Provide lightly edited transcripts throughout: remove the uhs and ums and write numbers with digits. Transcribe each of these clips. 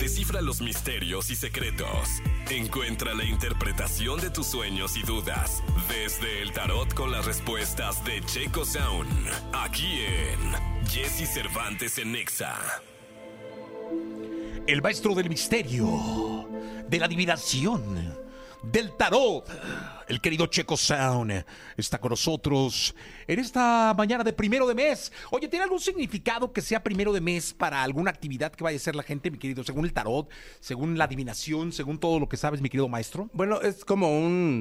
descifra los misterios y secretos. Encuentra la interpretación de tus sueños y dudas desde el tarot con las respuestas de Checo Sound. Aquí en Jesse Cervantes en Nexa. El maestro del misterio, de la adivinación, del tarot, el querido Checo Sound, está con nosotros en esta mañana de 1 de mes. Oye, ¿tiene algún significado que sea 1 de mes para alguna actividad que vaya a hacer la gente, mi querido? Según el tarot, según la adivinación, según todo lo que sabes, mi querido maestro. Bueno, es como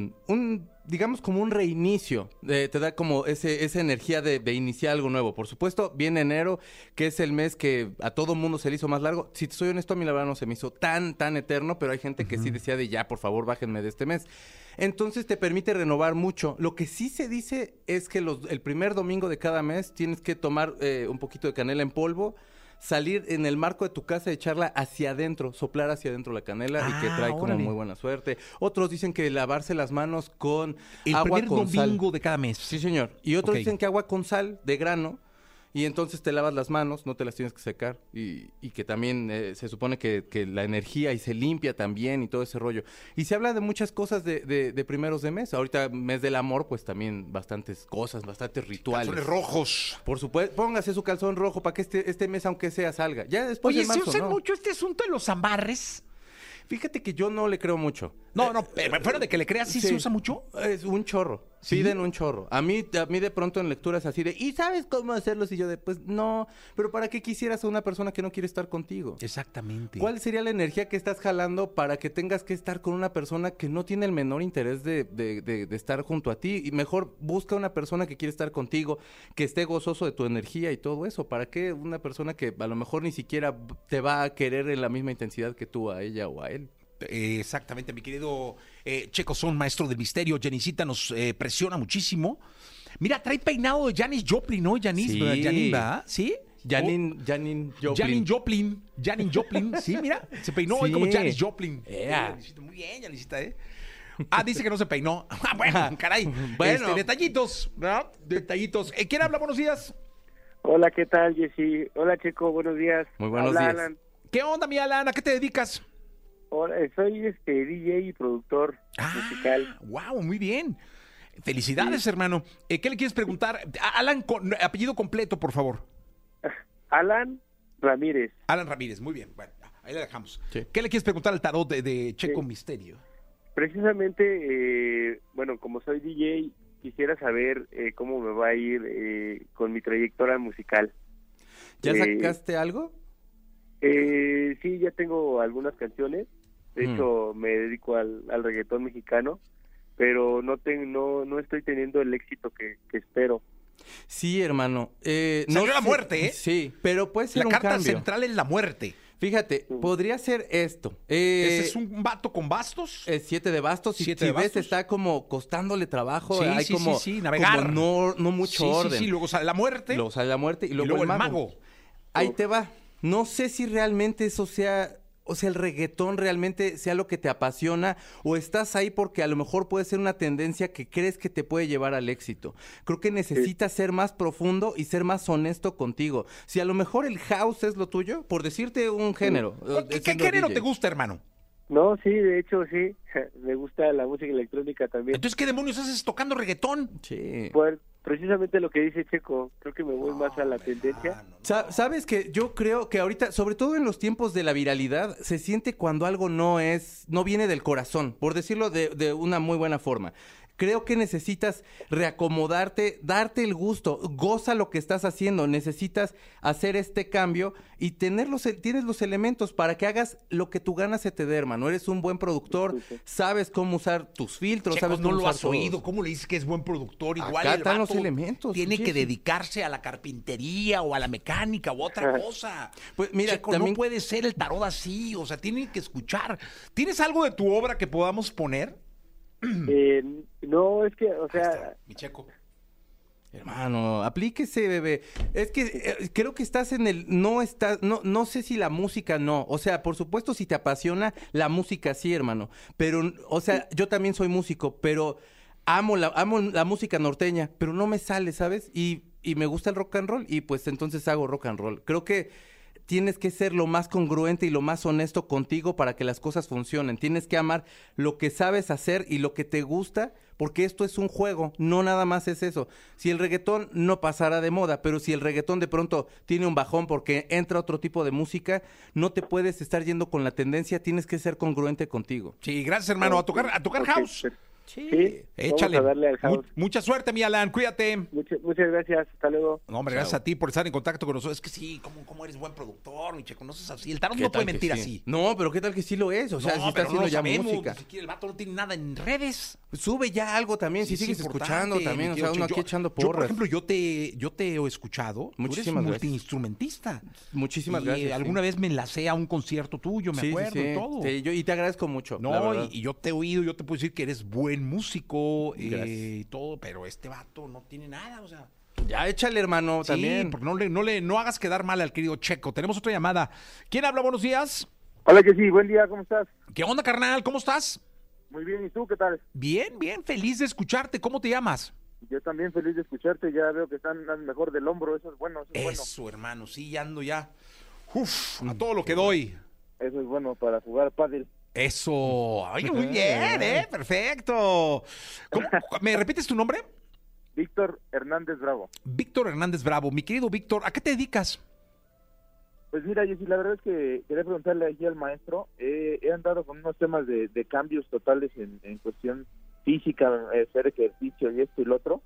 digamos como un reinicio. Te da como esa energía de iniciar algo nuevo. Por supuesto, viene enero, que es el mes que a todo mundo se le hizo más largo. Si te soy honesto, a mí la verdad no se me hizo tan eterno, pero hay gente que sí decía de ya, por favor, bájenme de este mes. Entonces te permite renovar mucho. Lo que sí se dice es que el primer domingo de cada mes tienes que tomar un poquito de canela en polvo, salir en el marco de tu casa y echarla hacia adentro, soplar hacia adentro la canela y que trae como muy buena suerte. Otros dicen que lavarse las manos con agua con sal. El primer domingo de cada mes. Sí, señor. Y otros dicen que agua con sal de grano. Y entonces te lavas las manos, no te las tienes que secar. Y que también se supone que la energía y se limpia también y todo ese rollo. Y se habla de muchas cosas de primeros de mes. Ahorita, mes del amor, pues también bastantes cosas, bastantes rituales. Calzones rojos. Por supuesto, póngase su calzón rojo para que este mes, aunque sea, salga. Ya después Oye, de marzo, ¿se usa ¿no? mucho este asunto de los amarres? Fíjate que yo no le creo mucho. No, pero fuera de que le creas, ¿sí se usa mucho? Es un chorro. ¿Sí? Piden un chorro. A mí de pronto en lecturas así de, ¿y sabes cómo hacerlos? Y yo de, pues no. Pero ¿para qué quisieras a una persona que no quiere estar contigo? Exactamente. ¿Cuál sería la energía que estás jalando para que tengas que estar con una persona que no tiene el menor interés de estar junto a ti? Y mejor busca una persona que quiere estar contigo, que esté gozoso de tu energía y todo eso. ¿Para qué una persona que a lo mejor ni siquiera te va a querer en la misma intensidad que tú a ella o a él? Exactamente, mi querido Checo Sound, maestro del misterio. Janisita nos presiona muchísimo. Mira, trae peinado de Janis Joplin, ¿no? Janis, Sí. Janin, ¿verdad? ¿Sí? Janine Joplin. Janin Joplin, sí, mira, se peinó hoy Sí. como Janis Joplin. Yeah. Janisita, muy bien, Janisita, ¿eh? Dice que no se peinó. Bueno, caray. Bueno. Detallitos, ¿verdad? Detallitos. ¿Quién habla? Buenos días. Hola, ¿qué tal, Jessy? Hola, Checo, buenos días. Muy buenos Habla días. Alan. ¿Qué onda, mi Alan? ¿A qué te dedicas? Hola, soy DJ y productor musical. Wow, muy bien. Felicidades, hermano. ¿Qué le quieres preguntar? Alan, apellido completo, por favor. Alan Ramírez. Alan Ramírez, muy bien. Bueno, ahí la dejamos. Sí. ¿Qué le quieres preguntar al tarot de Checo Sí. Misterio? Precisamente, bueno, como soy DJ, quisiera saber cómo me va a ir con mi trayectoria musical. ¿Ya sacaste algo? Sí, ya tengo algunas canciones. De hecho, me dedico al reggaetón mexicano, pero no estoy teniendo el éxito que espero. Sí, hermano. Salió la muerte, ¿eh? Sí, pero puede ser La un carta cambio. central es la muerte. Fíjate, podría ser esto. Ese es un vato con bastos. 7 de bastos. Y Siete si de ves, bastos. está como costándole trabajo. Sí, Hay sí, como, sí, navegar. como no mucho Sí, orden. sí, luego sale la muerte. Luego sale la muerte y y luego, luego el mago. Ahí te va. No sé si realmente eso sea... O sea, el reggaetón realmente sea lo que te apasiona o estás ahí porque a lo mejor puede ser una tendencia que crees que te puede llevar al éxito. Creo que necesitas ser más profundo y ser más honesto contigo. Si a lo mejor el house es lo tuyo, por decirte un género. ¿Qué siendo género DJ. te gusta, hermano? No, sí, de hecho, sí. Me gusta la música electrónica también. Entonces, ¿qué demonios haces tocando reggaetón? Sí. Pues, precisamente lo que dice Checo, creo que me voy más a la tendencia. Sabes que yo creo que ahorita, sobre todo en los tiempos de la viralidad, se siente cuando algo no viene del corazón, por decirlo de una muy buena forma. Creo que necesitas reacomodarte, darte el gusto, goza lo que estás haciendo, necesitas hacer este cambio y tienes los elementos para que hagas lo que tu gana se te dé, hermano. Eres un buen productor, sabes cómo usar tus filtros, Checo, sabes no cómo lo usar has todos. oído. ¿Cómo le dices que es buen productor? Igual Acá el están los vato elementos, tiene que Jessy. dedicarse a la carpintería o a la mecánica u otra cosa. Pues mira, Checo, también- no puede ser el tarot así. O sea, tienen que escuchar. ¿Tienes algo de tu obra que podamos poner? No, es que, o Ahí sea, está, mi Checo. Hermano, aplíquese, bebé. Es que creo que estás en el... No sé si la música no. O sea, por supuesto, si te apasiona, la música sí, hermano. Pero, o sea, yo también soy músico, pero amo la música norteña, pero no me sale, ¿sabes? Y me gusta el rock and roll y pues entonces hago rock and roll. Creo que tienes que ser lo más congruente y lo más honesto contigo para que las cosas funcionen. Tienes que amar lo que sabes hacer y lo que te gusta, porque esto es un juego, no nada más es eso. Si el reggaetón no pasara de moda, pero si el reggaetón de pronto tiene un bajón porque entra otro tipo de música, no te puedes estar yendo con la tendencia, tienes que ser congruente contigo. Sí, gracias, hermano. A tocar Ok, house. Sí, Échale. vamos a darle al house. Mucha suerte, mi Alan. Cuídate. Muchas gracias, hasta luego. No, hombre, gracias a ti por estar en contacto con nosotros. Es que sí, ¿cómo eres buen productor, mi Checo? Conoces así. El tarot no puede mentir así. No, pero ¿qué tal que sí lo es? O sea, No, si está pero haciendo no lo ya sabemos. música. Ni siquiera el vato no tiene nada en redes. Sube ya algo también, Sí, si es sigues importante, escuchando también, mi o querido sea, uno Checo. aquí echando Yo, por porras. ejemplo, yo te he escuchado. Muchísimas Tú eres gracias. multiinstrumentista. Muchísimas Y gracias. sí. Alguna vez me enlacé a un concierto tuyo, me Sí, sí, acuerdo, sí. y todo. Sí, y te agradezco mucho. la No, verdad. y yo te he oído, yo te puedo decir que eres buen músico Gracias. y todo, pero este vato no tiene nada, o sea. Ya échale, hermano, Sí, también. porque no hagas quedar mal al querido Checo. Tenemos otra llamada. ¿Quién habla? Buenos días. Hola, que sí, buen día, ¿cómo estás? ¿Qué onda, carnal? ¿Cómo estás? Muy bien, ¿y tú qué tal? Bien, bien, feliz de escucharte. ¿Cómo te llamas? Yo también feliz de escucharte, ya veo que están mejor del hombro, eso es bueno, Eso, hermano, sí, ya ando ya. Uf, a todo lo que doy. Eso es bueno para jugar pádel. Eso. Ay, muy bien, perfecto. ¿Me repites tu nombre? Víctor Hernández Bravo. Víctor Hernández Bravo. Mi querido Víctor, ¿a qué te dedicas? Pues mira, Jessy, la verdad es que quería preguntarle aquí al maestro, he andado con unos temas de cambios totales en cuestión física, hacer ejercicio y esto y lo otro,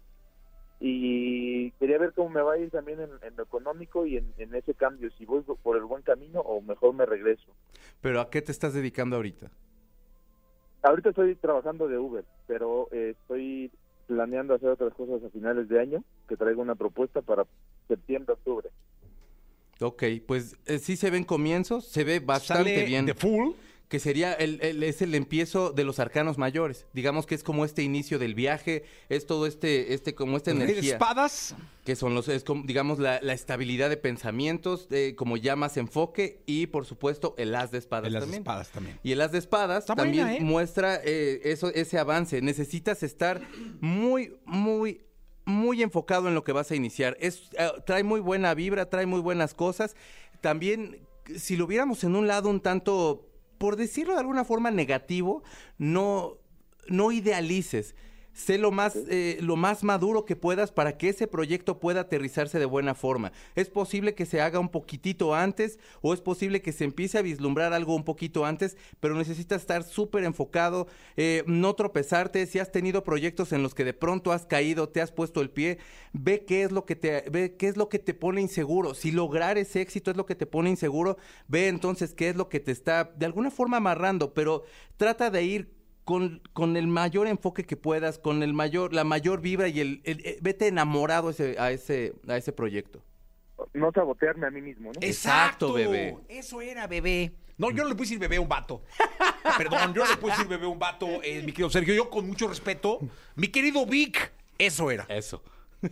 y quería ver cómo me va a ir también en lo económico y en ese cambio, si voy por el buen camino o mejor me regreso. Pero ¿a qué te estás dedicando ahorita? Ahorita estoy trabajando de Uber, pero estoy planeando hacer otras cosas a finales de año, que traigo una propuesta para septiembre, octubre. Ok, pues sí se ven comienzos, se ve bastante Sale bien. de full. Que sería es el empiezo de los arcanos mayores. Digamos que es como este inicio del viaje, es todo como esta Rey de energía. espadas. Que son es como, digamos, la estabilidad de pensamientos, como ya más enfoque, y por supuesto el as de espadas El as de también. espadas también. Y el as de espadas Está también buena, ¿eh? muestra ese avance. Necesitas estar muy, muy, muy enfocado en lo que vas a iniciar. Trae muy buena vibra, trae muy buenas cosas. También, si lo viéramos en un lado un tanto, por decirlo de alguna forma, negativo, no idealices. Sé lo más maduro que puedas para que ese proyecto pueda aterrizarse de buena forma. Es posible que se haga un poquitito antes o es posible que se empiece a vislumbrar algo un poquito antes, pero necesitas estar súper enfocado, no tropezarte. Si has tenido proyectos en los que de pronto has caído, te has puesto el pie, ve qué es lo que te pone inseguro. Si lograr ese éxito es lo que te pone inseguro, ve entonces qué es lo que te está de alguna forma amarrando, pero trata de ir con el mayor enfoque que puedas, con la mayor vibra y vete enamorado a ese proyecto. No sabotearme a mí mismo, ¿no? Exacto, bebé. Eso era, bebé. No, yo no le puedo decir bebé a un vato. Perdón, yo no le puedo decir bebé a un vato, mi querido Sergio. Yo con mucho respeto. Mi querido Vic, eso era. Eso.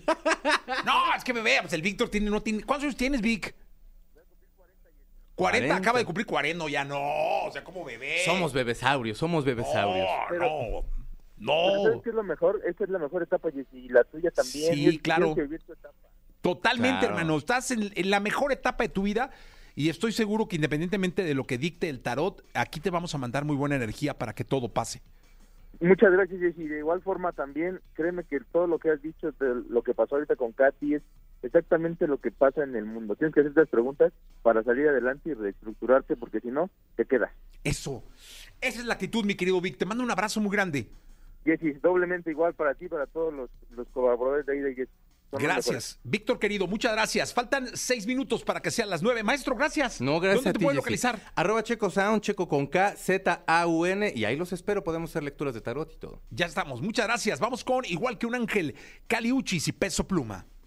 No, es que bebé, pues el Víctor no tiene. ¿Cuántos años tienes, Vic? 40, acaba de cumplir 40, no, ya no, o sea, como bebé. Somos bebesaurios. No, Pero no. ¿sabes qué es lo mejor? Esta es la mejor etapa, Jessy, y la tuya también. Sí, y es- claro. tienes que vivir tu etapa. Totalmente, Claro. hermano. Estás en la mejor etapa de tu vida y estoy seguro que independientemente de lo que dicte el tarot, aquí te vamos a mandar muy buena energía para que todo pase. Muchas gracias, Jessy. De igual forma también, créeme que todo lo que has dicho, de lo que pasó ahorita con Katy, es exactamente lo que pasa en el mundo. Tienes que hacer estas preguntas para salir adelante y reestructurarte, porque si no, te quedas. Eso. Esa es la actitud, mi querido Vic. Te mando un abrazo muy grande. Jessy, doblemente igual para ti, para todos los colaboradores de ahí de Jessy. Son los mejores. Gracias. Víctor, querido, muchas gracias. Faltan 6 minutos para que sean las 9. Maestro, gracias. No, gracias ¿Dónde a te ti, pueden Jessy. localizar? @ChecoSound, Checo con K, Z-A-U-N, y ahí los espero. Podemos hacer lecturas de tarot y todo. Ya estamos. Muchas gracias. Vamos con Igual que un ángel, Caliuchis y Peso Pluma.